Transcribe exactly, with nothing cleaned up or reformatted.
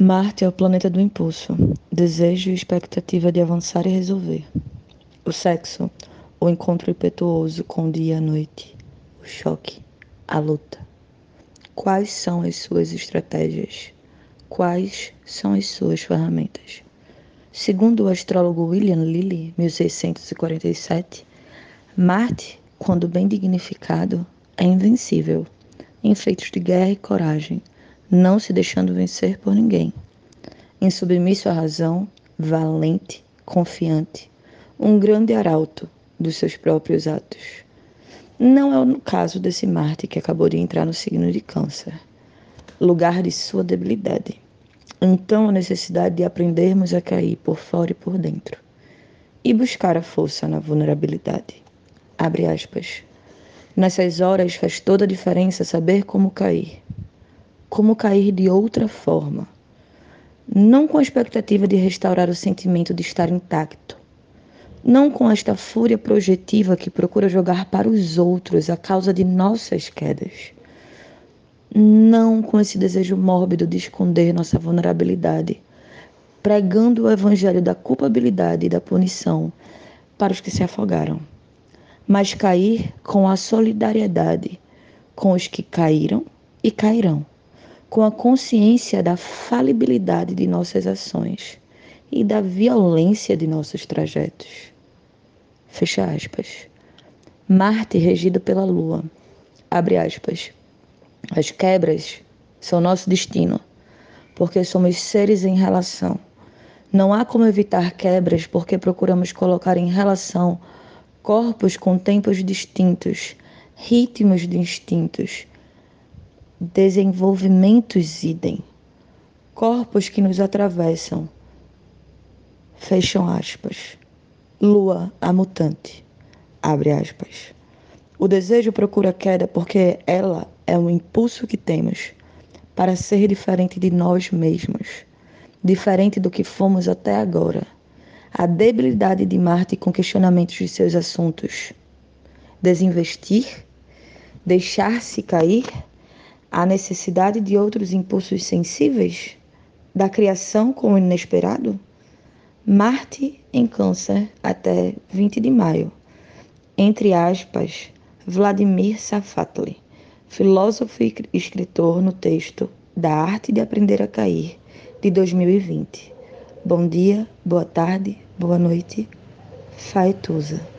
Marte é o planeta do impulso, desejo e expectativa de avançar e resolver. O sexo, o encontro impetuoso com o dia e a noite, o choque, a luta. Quais são as suas estratégias? Quais são as suas ferramentas? Segundo o astrólogo William Lilly, mil seiscentos e quarenta e sete, Marte, quando bem dignificado, é invencível, em feitos de guerra e coragem, não se deixando vencer por ninguém. Insubmisso à razão, valente, confiante, um grande arauto dos seus próprios atos. Não é o caso desse Marte que acabou de entrar no signo de Câncer, lugar de sua debilidade. Então, a necessidade de aprendermos a cair por fora e por dentro e buscar a força na vulnerabilidade. Abre aspas. Nessas horas faz toda a diferença saber como cair. Como cair de outra forma. Não com a expectativa de restaurar o sentimento de estar intacto. Não com esta fúria projetiva que procura jogar para os outros a causa de nossas quedas. Não com esse desejo mórbido de esconder nossa vulnerabilidade, pregando o evangelho da culpabilidade e da punição para os que se afogaram. Mas cair com a solidariedade com os que caíram e cairão, com a consciência da falibilidade de nossas ações e da violência de nossos trajetos. Fecha aspas. Marte regido pela Lua. Abre aspas. As quebras são nosso destino, porque somos seres em relação. Não há como evitar quebras porque procuramos colocar em relação corpos com tempos distintos, ritmos distintos, desenvolvimentos idem, corpos que nos atravessam. Fecham aspas. Lua, a mutante. Abre aspas. O desejo procura queda porque ela é um impulso que temos para ser diferente de nós mesmos, diferente do que fomos até agora. A debilidade de Marte com questionamentos de seus assuntos. Desinvestir, deixar-se cair, a necessidade de outros impulsos sensíveis, da criação com o inesperado. Marte em Câncer até vinte de maio. Entre aspas, Vladimir Safatli, filósofo e escritor no texto Da Arte de Aprender a Cair, de dois mil e vinte. Bom dia, boa tarde, boa noite. Faetusa.